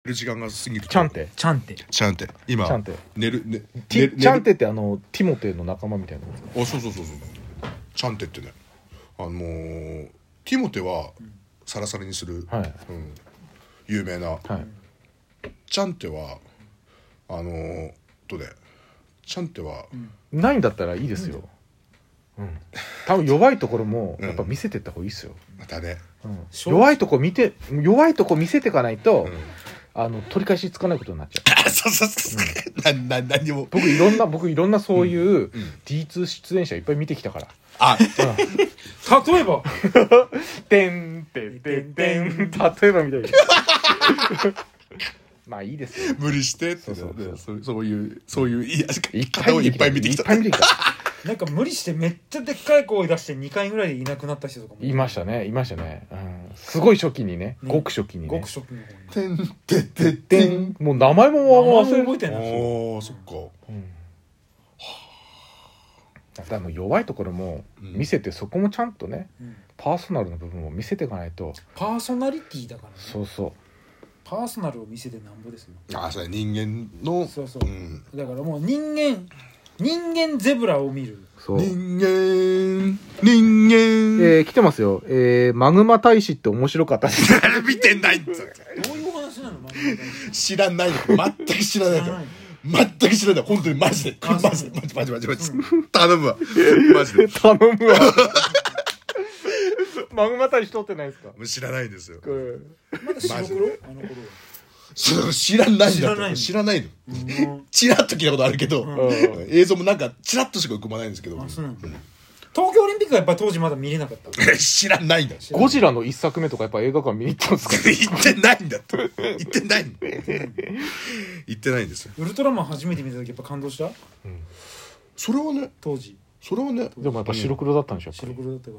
る時間が過ぎるとチャンテ今チャンテ寝るチャンテってティモテーの仲間みたいなあそうチャンテってねティモテはサラサラにする、 はい有名な、 はいチャンテはどれチャンテは、 ないんだったらいいですよ、多分弱いところもやっぱ見せてった方がいいですよ、 またね、 弱いとこ見せていかないと、取り返しつかないことになっちゃう。 そう、何も僕いろんなそういう D2 出演者いっぱい見てきたから。 例えばてんてんてんてん、例えばみたいな。まあいいですよ。 無理してってそういういい方をいっぱい見てきた。 なんか無理してめっちゃでっかい声出して2回ぐらいでいなくなった人とかもいましたね、すごい初期にね、ごく初期にね、 ごく初期のてんてててん、 もう名前も忘れ覚えてない。 そっか。 だから弱いところも見せて、そこもちゃんとね、パーソナルの部分を見せていかないと。 パーソナリティだからね。 そうパーソナルを見せてなんぼですよ。 それ人間のだからもう人間ゼブラを見る。 人間来てますよ。マグマ大使って面白かったです。 見てないんだ。 どういう話なの？マグマ大使。 知らない。全く知らない。全く知らない。本当にマジで。マジ。頼むわ。マジで。 頼むわ。マグマ大使撮ってないですか？ 知らないですよ。 まだ白黒？ 知らないんだって。知らないの。チラッと聞いたことあるけど、映像もなんかチラッとしか浮かばないんですけど。 東京オリンピックはやっぱ当時まだ見れなかった。 知らないんだ。 ゴジラの一作目とかやっぱ映画館見に行ったんですか？ 行ってないんだって。行ってないんですよ。 ウルトラマン初めて見た時やっぱ感動した？ それはね。 当時。 それはね。 でもやっぱ白黒だったんでしょ。 白黒だったから。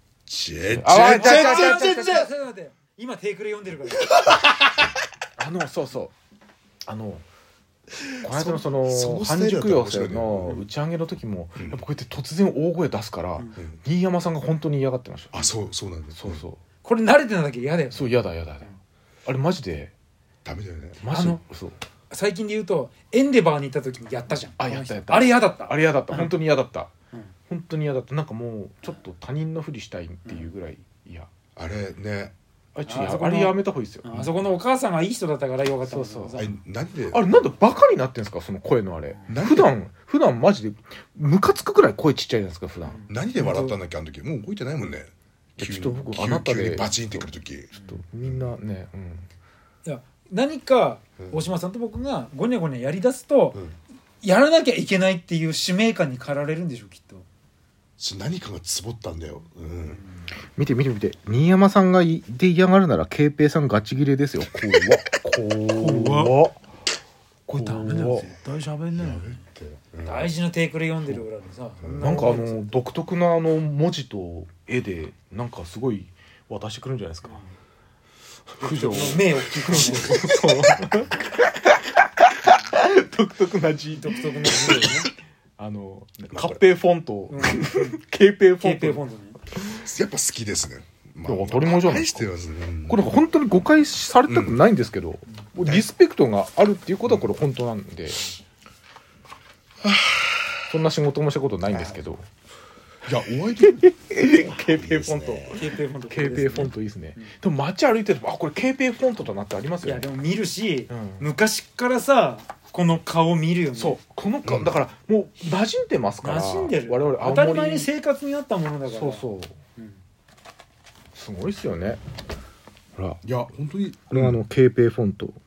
今テイクレ読んでるから。 そうこの間のその半熟寄せの打ち上げの時もやっぱこうやって突然大声出すから新山さんが本当に嫌がってました。 そうなんだ。 そうこれ慣れてなだけ嫌だよ。 そう嫌だあれマジでダメだよね。 そう最近で言うとエンデバーに行った時にやったじゃん。 やった。 あれ嫌だった本当に嫌だったなんかもうちょっと他人のふりしたいっていうぐらい嫌。 あれね、 あれやめた方がいいですよ。 あそこのお母さんがいい人だったからよかった。 そうなんでバカになってんですか、その声のあれ。普段マジでムカつくくらい声ちっちゃいじゃないですか普段。 何で笑ったんだっけあの時。もう覚えてないもんね。 ちょっと僕あなたで急にバチンってくる時。 ちょっとみんなね、 いや何か大島さんと僕がゴニャゴニャやりだすと、やらなきゃいけないっていう使命感に駆られるんでしょうきっと。 何かがつぼったんだよ。 見て新山さんがで嫌がるならケイペイさんガチギレですよ。怖っ。 これダメだよ。絶対喋んないよね。大事なテイクレ読んでる裏でさ、 なんか独特な文字と絵でなんかすごい渡してくるんじゃないですか。九条目を聞くんで独特な字ね。 カッペイフォント、ケイペイフォントね。 やっぱ好きですね。 当たり前じゃないですか。これ本当に誤解されたくないんですけど、リスペクトがあるっていうことはこれ本当なんで、そんな仕事もしたことないんですけど。 いやお会いできるケイペイフォント、ケイペイフォントいいですね。でも街歩いてるとこれケイペイフォントだなってありますよね。 いやでも見るし、昔からさこの顔見るよね。 そうこの顔だからもう馴染んでますから。 馴染んでる。 我々 当たり前に生活にあったものだから。 そうすごいっすよね。ほらいや本当にこれケイペイフォント。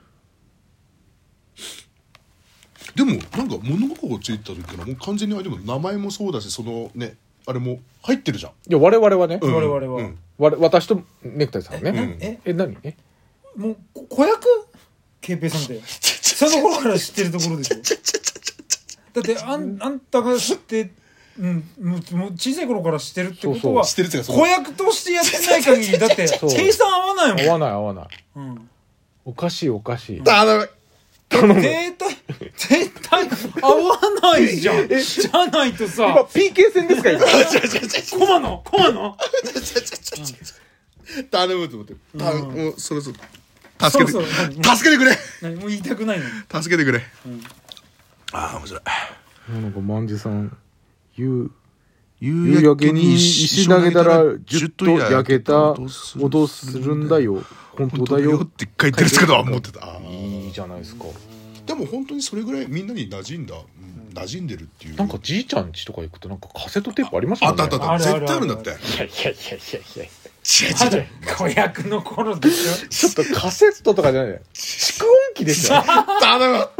でもなんか物心ついた時からもう完全にでも名前もそうだしそのねあれも入ってるじゃん。いや我々はね、私とネクタイさんね。何もう子役ケイペイさんってその頃から知ってるところでしょ。だってあんたが知ってもう小さい頃から知ってるってことは子役としてやってない限りだって計算合わないもん。 合わない、おかしい頼む。 絶対合わないじゃん。じゃないとさ。 今 PK 戦ですか今。 コマの頼むと思って。もうそろそろ助けてそうそう助けてくれ何もう言いたくないの。 助けてくれ、 んああ面白い。 なんか万次さん夕夕焼けに石投げたらじゅっと焼けた音するんだよ本当だよって書いてるけど思ってた。あいいじゃないですか。 でも本当にそれぐらいみんなに馴染んだ、馴染んでるっていう。 なんかじいちゃん家とか行くとなんかカセットテープありましたもんね。 あったある絶対あるんだって。 いやいやいやいやまだ子役の頃でしちょっとカセットとかじゃない蓄音機ですよ。 頼む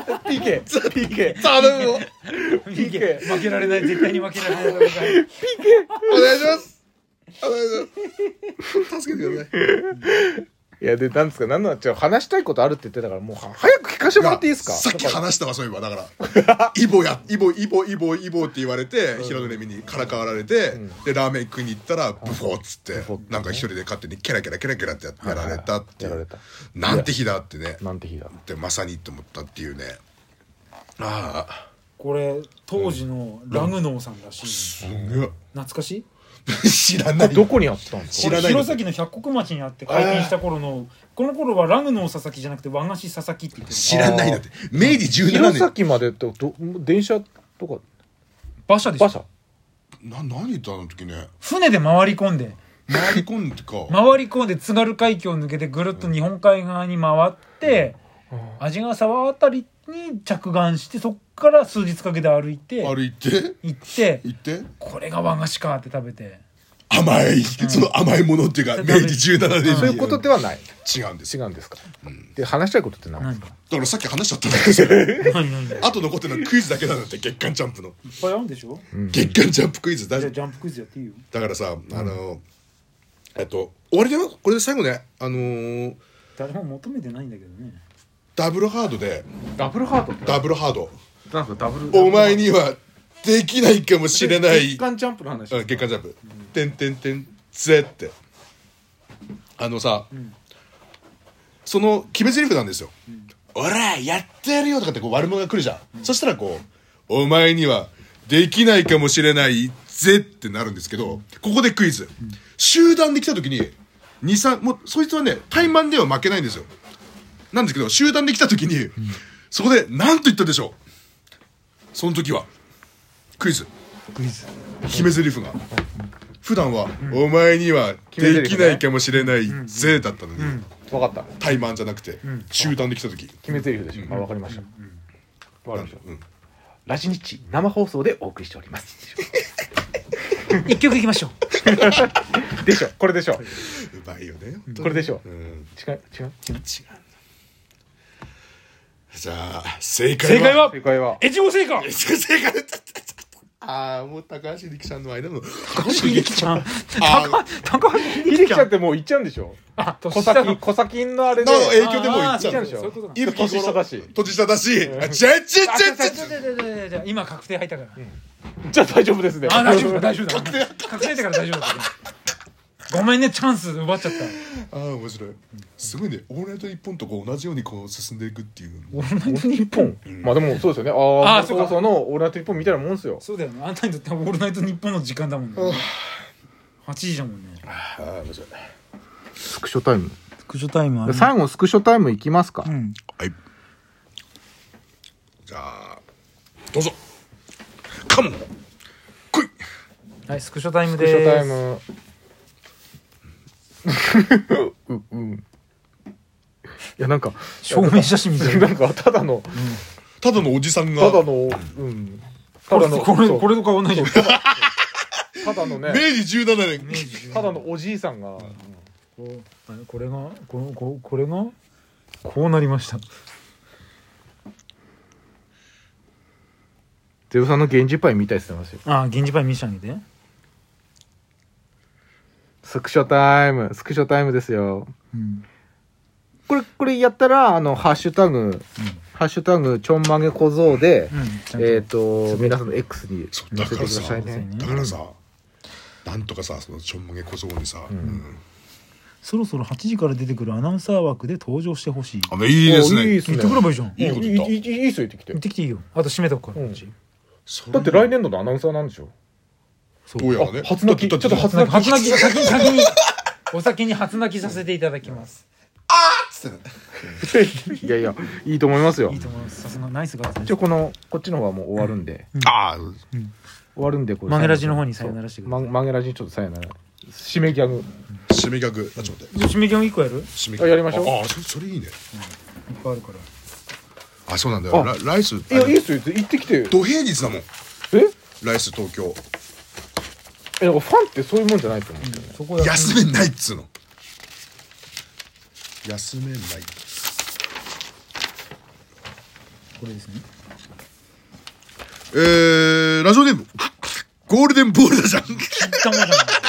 PK 頼むょ。PK 負けられない、絶対に負けられない。 お願いしますお願いします助けてください。 いやでなんですか、なんなんちゃう話したいことあるって言ってたからもう早く聞かせてもらっていいですか。 さっき話したわそういえば。だからイボって言われて、平野レミにからかわられて、でラーメン食いに行ったらブフォーっつってなんか一人で勝手にケラケラってやられたっていう、なんて日だってね、 なんて日だでまさにって思ったっていうね。ああこれ当時のラグノーさんらしいすげえの。懐かしい？ 知らない。 どこにあったんですか。 知らない。 弘前の百石町にあって開店した頃の、この頃はラグノー佐々木じゃなくて和菓子佐々木って言ってる。 知らないんだって。明治17 弘年。 前までって電車とか馬車でしょ。 馬車何言ったあの時ね。 船で回り込んで回り込んでか。 回り込んで津軽海峡を抜けてぐるっと日本海側に回って鰺ヶ沢あたりに着岸して、そっから数日かけて歩いて歩いて行って行ってこれが和菓子かって食べて、 甘い、その甘いものっていうか、明治17年にそういうことではない。 違うんですよ。 違うんですか。で話したいことって何ですか。 だからさっき話しちゃったんですよ。 何あと残ってるのはクイズだけなんだって。月刊ジャンプのいっぱいあるんでしょ。 月刊ジャンプクイズだ。 じゃあジャンプクイズやっていいよ。 だからさ、終わりだよ。これで最後ね、 誰も求めてないんだけどね。 ダブルハードで、 ダブルハードダブルハード、 なんすか。ダブルお前にはできないかもしれない月刊ジャンプの話。 月刊ジャンプてんてんてんぜってさ、その決め台詞なんですよ。おらやってやるよとかってこう悪者が来るじゃん。そしたらこうお前にはできないかもしれないぜってなるんですけど、ここでクイズ。集団で来た時に2、3もうそいつはね対マンでは負けないんですよ。なんですけど集団で来た時に、そこで何と言ったでしょう。その時はクイズ決め台詞が普段はお前にはできないかもしれないぜだったのに、 分かった。 対マンじゃなくて集団で来た時決め台詞でしょ。分かりました。分かりました。ラジニッチ生放送でお送りしております。 一曲いきましょう。 でしょ。これでしょ。 うまいよね。 これでしょ。 うん、 違う。 じゃあ正解は正解は越後製菓。 正解ああもう高橋力さんの間の高橋秀樹ちゃん。高橋秀秀樹ちゃんってもう行っちゃうんでしょ。 あ、 小先のあれでの影響でもう行っちゃう行っちゃうんでしょ。 そういうことだ。 いる年下だし。 年下だし、 じゃ今確定入ったから。 じゃあ大丈夫ですね。 あ、大丈夫だ。確定入ったから大丈夫だ。ごめんね、チャンス奪っちゃった。 ああ面白い。すごいね。オールナイトニッポンとこう同じようにこう進んでいくっていう。 オールナイトニッポン。 まあでもそうですよね。 あ、そうか。 そのオールナイトニッポンみたいなもんですよ。 そうだよね。あんたにとってはオールナイトニッポンの時間だもんね。8時だもんね。 ああ面白い。 スクショタイム。 スクショタイムある。 最後スクショタイムいきますか。 うん。 はい。じゃあどうぞ。カモン。来い。 はい、スクショタイムスクショタイでム。いやなんか証明写真みたいな。 なんかただのおじさんがただのただのこれと変わんないじゃん。 ただのね明治17年ただのおじいさんがこれがこうなりました。 ゼウさんの源氏パイ見たいって言ってますよ。 あ、源氏パイ見せてあげて。 スクショタイムですよ。これやったらハッシュタグちょんまげ小僧で皆さんの X に載せてくださいね。 だからさなんとかさそのちょんまげ小僧にさ、 そろそろ8時から出てくるアナウンサー枠で登場してほしい。 あいいですね。 いいですね。 言ってくればいいじゃん。 いいこと言った。 いいっすよ言ってきて。 言ってきていいよ。あと締めとくから。 だって来年度のアナウンサーなんでしょ。 どうやらね。 初泣きちょっと初泣き先にお先に初泣きさせていただきます。 あーいやいやいいと思いますよ。 いいと思います。さすがナイスガールです。 こっちの方はもう終わるんで、 ああ、 終わるんでこれマゲラジの方にさよならしてください。 マゲラジにちょっとさよなら締めギャグ締めギャグ、ちょっと待って。 締めギャグ1個やる？ 締めギャグやりましょう。 ああ、それいいね。 いっぱいあるから。 あ、そうなんだよ。ライス、 いやいいっすよ、行ってきて。 土平日だもん。 えライス東京。 なんかファンってそういうもんじゃないと思うんですよね。 そこ休めないっつうの。休めない。 これですね。 ラジオネームゴールデンボールだじゃん。 知ったもんじゃない。